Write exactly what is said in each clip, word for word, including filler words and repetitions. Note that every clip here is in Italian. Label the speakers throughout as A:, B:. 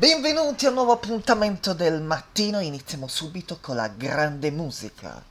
A: Benvenuti a un nuovo appuntamento del mattino, iniziamo subito con la grande musica.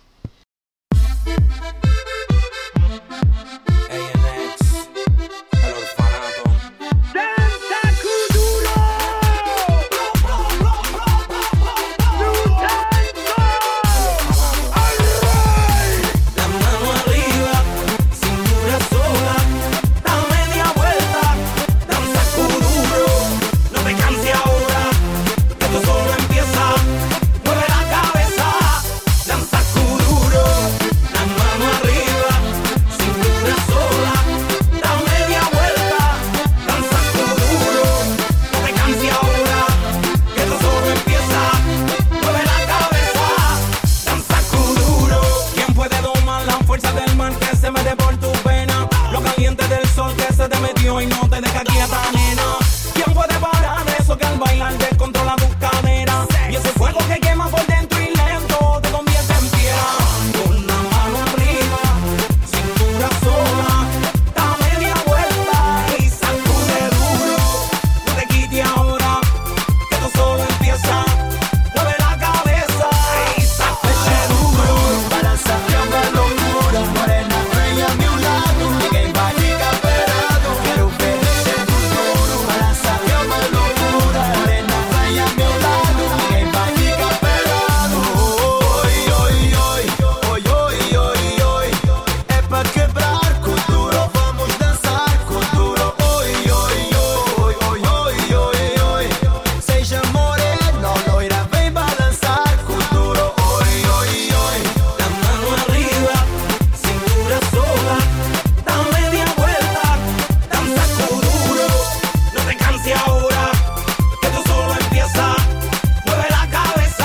B: Y no te deja quieta, nena. ¿Quién puede parar eso que al bailar descontrola tus caderas? Y ese fuego que quema por dentro y lento te convierte en piedra. Con la mano arriba, cintura sola, da media vuelta y sacude duro. No te quites ahora, que esto solo empieza. Mueve la cabeza y sacude duro.
C: Balanza una locura, morena, bella a mi lado. Ninguém vai ficar parado. Quero ver esse futuro. Balança uma loucura, morena, bella a meu lado. Ninguém vai ficar parado. Oi, oi, oi, oi, oi, oi, oi. É pra quebrar com duro, vamos dançar com duro. Oi, oi, oi, oi, oi, oi, oi. Seja morena, loira, vem balançar com duro. Oi, oi, oi.
B: La mano arriba, cintura sola, da media vuelta, danza duro, no te canses ahora, que esto solo empieza, mueve la cabeza,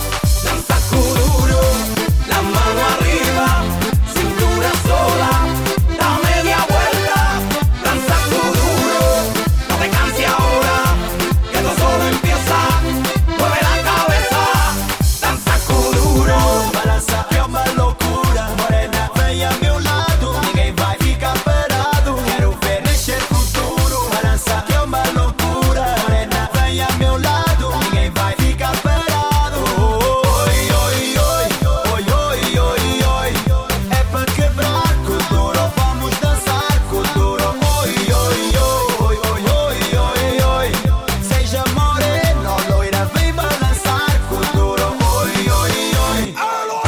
B: danza duro, la mano arriba, cintura sola, da media vuelta, danza duro, no te canses ahora, que esto solo empieza, mueve la cabeza, danza duro.
C: Balança é uma loucura, morena, vem a meu lado. Ninguém vai ficar parado. Quero ver mexer com duro. Balança é uma loucura, morena, vem a meu lado. Ninguém vai ficar parado. Oi, oi, oi, oi, oi, oi, oi. É pra quebrar com duro, vamos dançar com duro. Oi, oi, oi, oi, oi, oi, oi. Seja morena, loira, vem balançar com duro. Oi, oi, oi.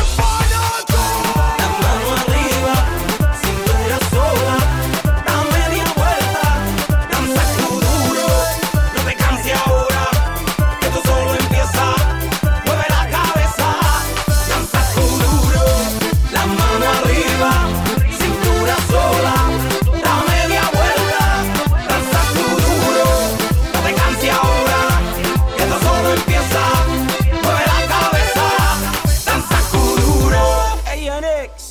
B: La mano arriba, cintura sola, da media vuelta, danza duro, no te canses ahora, que esto solo empieza, mueve la cabeza, danza duro, la mano arriba, cintura sola, da media vuelta, danza duro, no te canses ahora, que esto solo empieza, mueve la cabeza, danza duro. Hey, Onyx.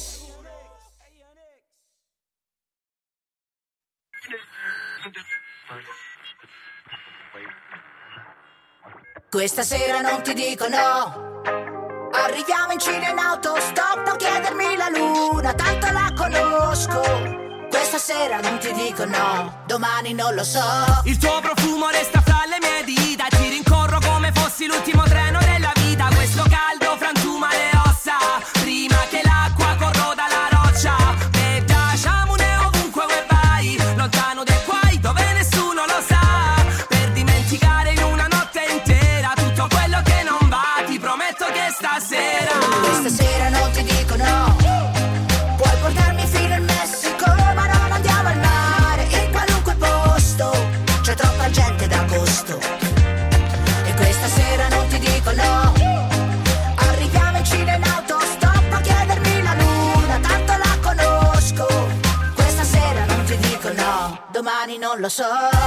D: Questa sera non ti dico no. Arriviamo in Cina in autostop, non chiedermi la luna, tanto la conosco. Questa sera non ti dico no, domani non lo so.
E: Il tuo profumo resta fra le mie dita, ti rincorro come fossi l'ultimo treno della vita. Questo caldo frantuma le ossa, prima che l'acqua corroda la roccia. E giacciamone ovunque vuoi vai, lontano dai guai dove nessuno lo sa. Per dimenticare in una notte intera tutto quello che non va, ti prometto che stasera.
D: Questa sera non ti dico no. Puoi portarmi fino al Messico, ma non andiamo al mare. In qualunque posto c'è troppa gente d'agosto. E questa sera non ti dico no. Arriviamo in Cina in autostop, a chiedermi la luna, tanto la conosco. Questa sera non ti dico no, domani non lo so.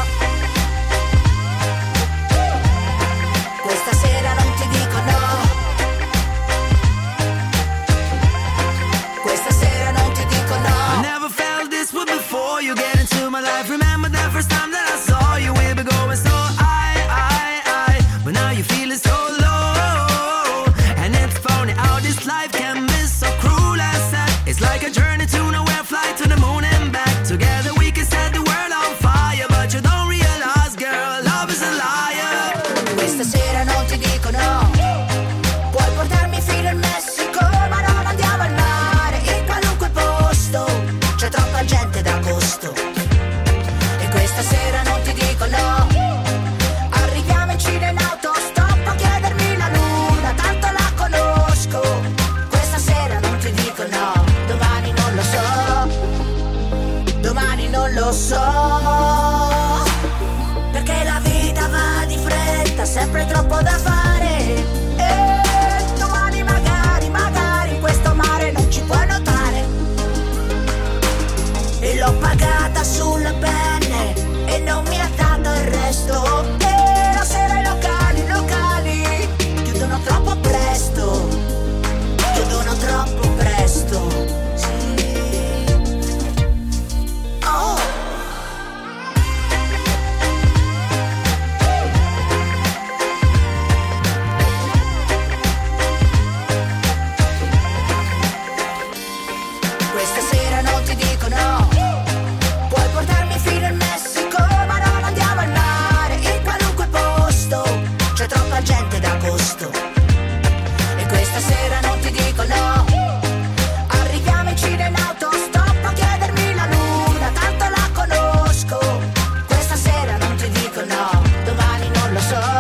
D: Questa sera non ti dico no. Questa sera non ti dico
E: I
D: no.
E: never felt this way before you get into my life. Remember the first time that I saw you, we were going so high, high, high. But now you feel it so low. And it's funny how this life can be so cruel and sad. It's like a journey to nowhere, fly to the moon and back. Together we can set the world on fire, but you don't
D: troppo da fare. E domani magari, magari questo mare non ci puoi notare. E l'ho pagata sulla pelle e non mi ha dato il resto. E la sera i locali, i locali chiudono troppo presto. Chiudono troppo presto. Sì. Oh. Questa sera non ti dico no. Puoi portarmi fino al Messico, ma non andiamo al mare. In qualunque posto c'è troppa gente d'agosto. E questa sera non ti dico no. Arriviamo in Cina in autostop a chiedermi la luna, tanto la conosco. Questa sera non ti dico no, domani non lo so.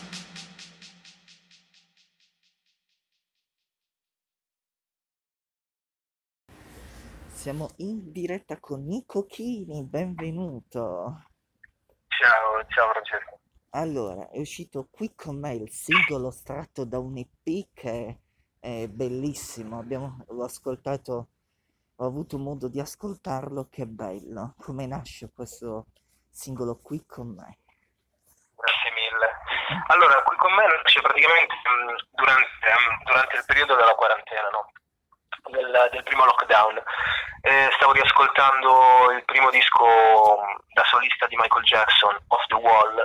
A: Siamo in diretta con Nico Chini, benvenuto.
F: Ciao, ciao Francesco.
A: Allora, è uscito Qui con me il singolo tratto da un E P che è bellissimo. Abbiamo, l'ho ascoltato, ho avuto modo di ascoltarlo, che bello. Come nasce questo singolo Qui con me?
F: Grazie mille. Allora, qui con me nasce praticamente mh, durante, mh, durante il periodo della quarantena, no? Del, del primo lockdown. Eh, stavo riascoltando il primo disco mh, da solista di Michael Jackson, Off the Wall,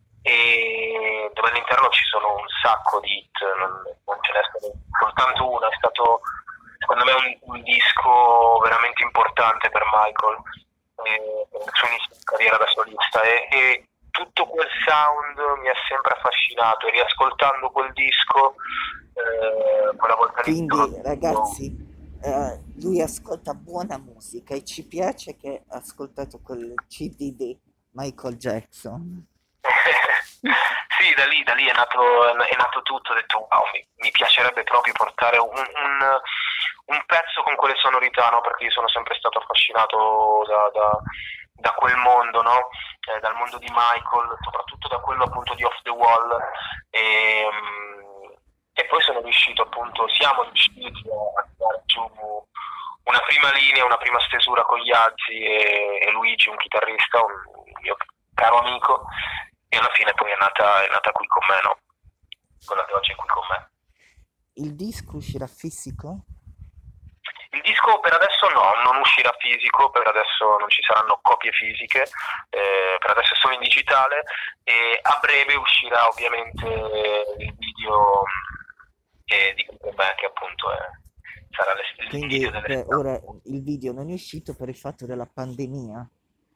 F: e dove all'interno ci sono un sacco di hit, non, non ce n'è stato soltanto uno. È stato secondo me un, un disco veramente importante per Michael, eh, per il suo inizio di carriera da solista, e, e tutto quel sound mi ha sempre affascinato, e riascoltando quel disco eh, quella volta lì
A: Quindi,
F: sono-
A: ragazzi, eh, lui ascolta buona musica e ci piace che ha ascoltato quel C D di Michael Jackson.
F: Sì, da lì, da lì è nato, è nato tutto. Ho detto wow, mi, mi piacerebbe proprio portare un, un, un pezzo con quelle sonorità, no? Perché io sono sempre stato affascinato da, da, da quel mondo, no? Eh, dal mondo di Michael, soprattutto da quello appunto di Off the Wall, e, mm, e poi sono riuscito appunto, siamo riusciti a tirare giù una prima linea, una prima stesura con Yazzi e, e Luigi, un chitarrista, un mio caro amico, e alla fine poi è nata, è nata Qui con me, no? Quella che oggi è Qui con me.
A: Il disco uscirà fisico?
F: Il disco per adesso no, non uscirà fisico, per adesso non ci saranno copie fisiche, eh, per adesso è solo in digitale, e a breve uscirà ovviamente il video eh, di Qui con me, che appunto è, sarà le, il
A: Quindi
F: video delle
A: per ora il video non è uscito per il fatto della pandemia?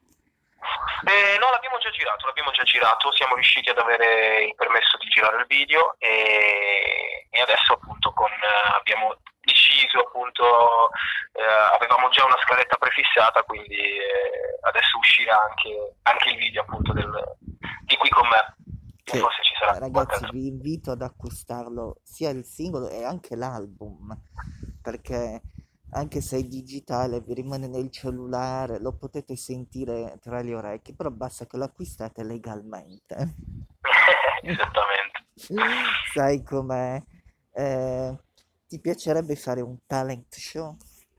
F: Eh, no, l'abbiamo già girato, l'abbiamo già girato, siamo riusciti ad avere il permesso di girare il video, e, e adesso appunto con, eh, abbiamo deciso appunto, eh, avevamo già una scaletta prefissata, quindi eh, adesso uscirà anche, anche il video appunto del, di Qui con me, e
A: Che,
F: forse ci sarà
A: ragazzi,
F: qualche-
A: vi invito ad acquistarlo, sia il singolo e anche l'album, perché anche se è digitale vi rimane nel cellulare, lo potete sentire tra le orecchie, però basta che lo acquistate legalmente.
F: Esattamente.
A: Sai com'è? Eh, ti piacerebbe fare un talent show?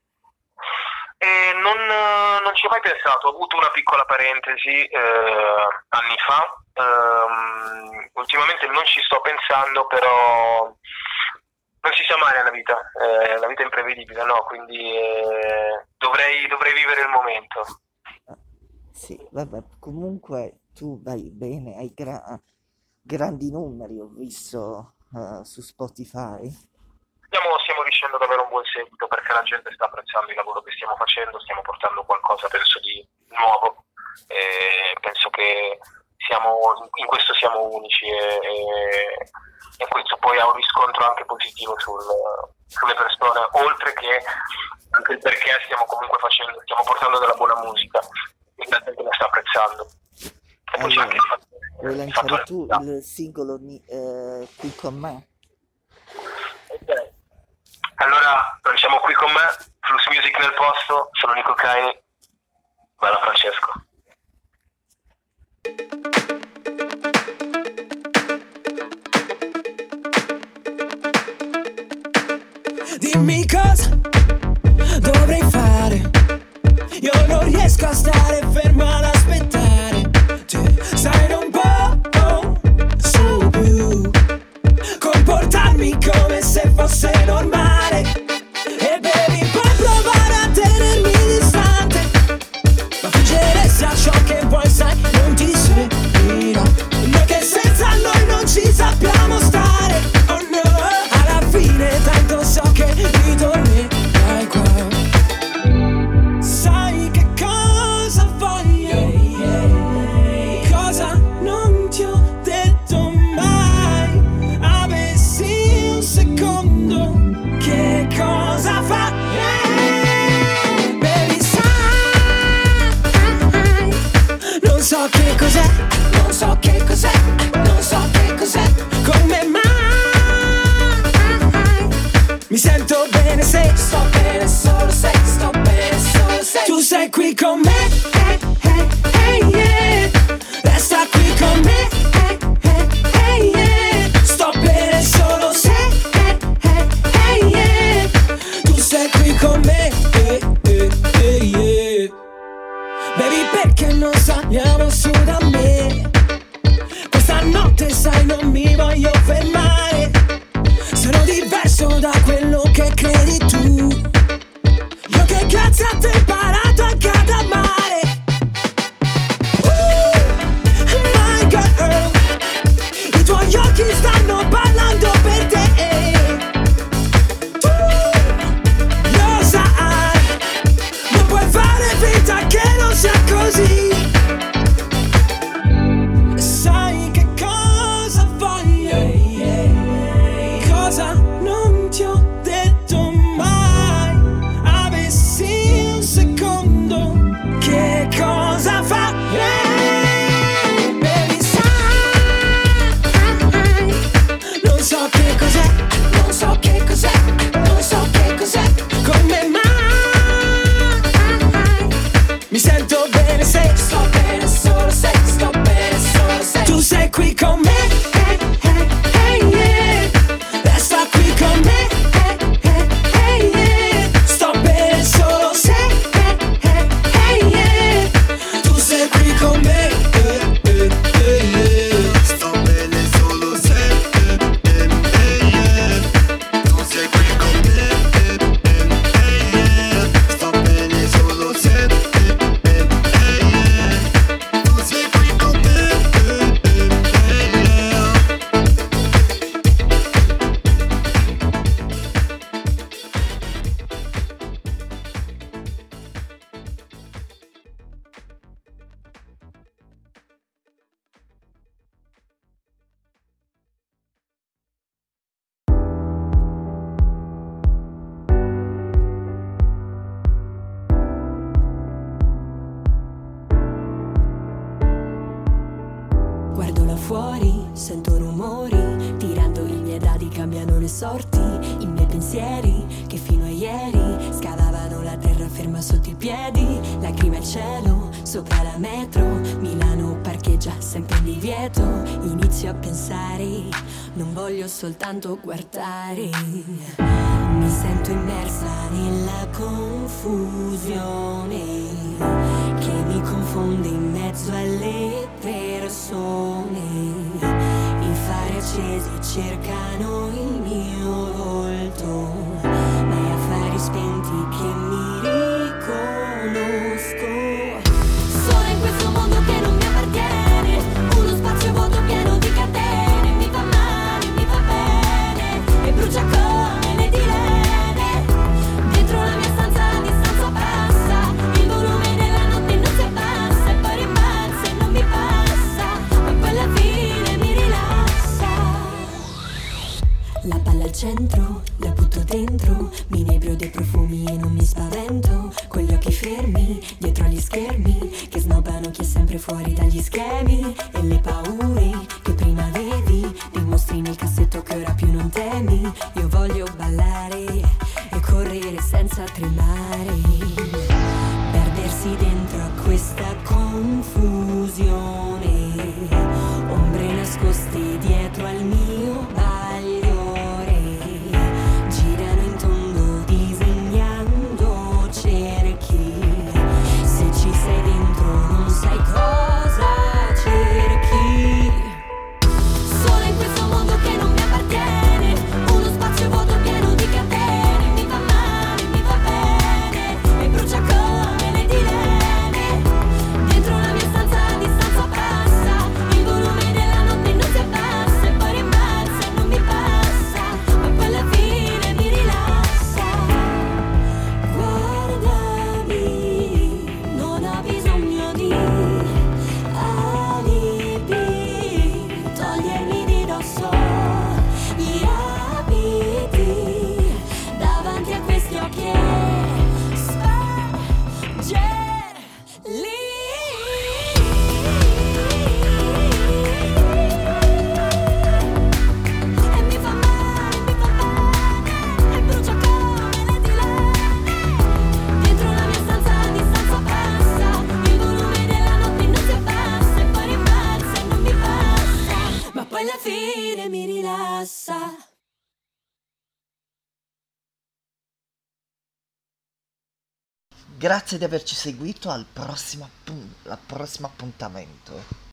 F: E non, non ci ho mai pensato, ho avuto una piccola parentesi eh, anni fa, ehm, ultimamente non ci sto pensando, però non si sa mai nella vita, eh, la vita è imprevedibile, no? Quindi eh, dovrei, dovrei vivere il momento.
A: Sì, vabbè, comunque tu vai bene, hai gra- grandi numeri, ho visto eh, su Spotify.
F: Stiamo, stiamo riuscendo ad avere un buon seguito, perché la gente sta apprezzando il lavoro che stiamo facendo, stiamo portando qualcosa, penso, di nuovo, e penso che siamo, in questo siamo unici, e, e, e questo poi ha un riscontro anche positivo sul, sulle persone, oltre che anche il perché stiamo comunque facendo, stiamo portando della buona musica, e la gente la sta apprezzando. E poi c'è
A: Allora,
F: anche il fatto,
A: vuoi
F: il
A: lanciare
F: fatto
A: tu
F: della-
A: il singolo ni- eh, Qui con me?
F: Ok. Allora, siamo Qui con me, Flux Music nel posto, sono Nico Caini, bella Francesco.
E: Dimmi cosa dovrei fare. Io non riesco a stare fermo ad aspettare. Te sai non posso più comportarmi come se fosse normale. E baby puoi provare a tenermi distante, ma fingere sia ciò che vuoi, sai, non ti servirà. Noi che senza noi non ci sappiamo stare. Oh no, alla fine tanto so che ritornerai qua. Sai che cosa voglio, cosa non ti ho detto mai. Avessi un secondo, che cosa fa? Baby sai, non so che cos'è, non so che cos'è, non so che cos'è, come mai. Mi sento bene se sto bene solo se sto bene solo se tu sei qui con me, eh, eh, eh, yeah. Resta qui con me, eh, eh, eh, yeah. Sto bene solo se eh, eh, eh, yeah. Tu sei qui con me, eh, eh, eh, yeah. Baby perché non saliamo su da me? Questa notte sai non mi voglio fermare. Sono diverso da quello che credi tu. Io che grazie a te ho imparato anche ad amare. uh, My girl, i tuoi occhi stanno parlando per te. Tu lo sai, non puoi fare finta che non sia così. Sai che cosa voglio, cosa non ti ho detto mai. Avessi un secondo, che cosa fa? Baby sai, non so che cos'è, non so che cos'è, non so che cos'è, come mai. Mi sento bene se sto bene solo se sto bene solo se tu sei qui con me, eh, eh, eh, yeah. Resta qui con me, eh, eh, eh, yeah. Sto bene solo se eh, eh, eh, yeah. Tu sei qui con me, eh, eh, eh, yeah.
C: Sto bene solo se eh, eh, eh, yeah. Tu sei qui con me, eh, eh, eh, yeah. Sto bene solo se eh, eh, eh, yeah. Tu sei qui con me, eh, eh, eh, yeah.
G: Guardo là fuori, sento rumori, tirando i miei dadi cambiano le sorti. I miei pensieri che fino a ieri scavavano la terra ferma sotto i piedi. Lacrime al cielo, sopra la metro, Milano parcheggia sempre in divieto. Inizio a pensare, non voglio soltanto guardare. Mi sento immersa nella confusione che mi confonde in mezzo alle persone. I fari accesi cercano il mio volto, ma è affari spenti che mi riconosco. Sono in questo mondo che non mi appartiene, uno spazio vuoto pieno di catene. Mi fa male, mi fa bene e brucia come le tirene. Dentro la mia stanza la distanza passa, il volume della notte non si abbassa, e poi rimbalza e non mi passa, ma poi alla fine mi rilassa. La palla al centro, la butto dentro, mi inebrio dei profumi e non mi spavento. Con gli occhi fermi, dietro agli schermi, che snobbano chi è sempre fuori dagli schemi. E le paure che prima avevi, dimostri nel cassetto che ora più non temi. Io voglio ballare e correre senza tremare, perdersi dentro a questa confusione. Ombre nascoste dietro al mio bagliore, girano in tondo fine mi rilassa.
A: Grazie di averci seguito al prossimo, appun- al prossimo appuntamento.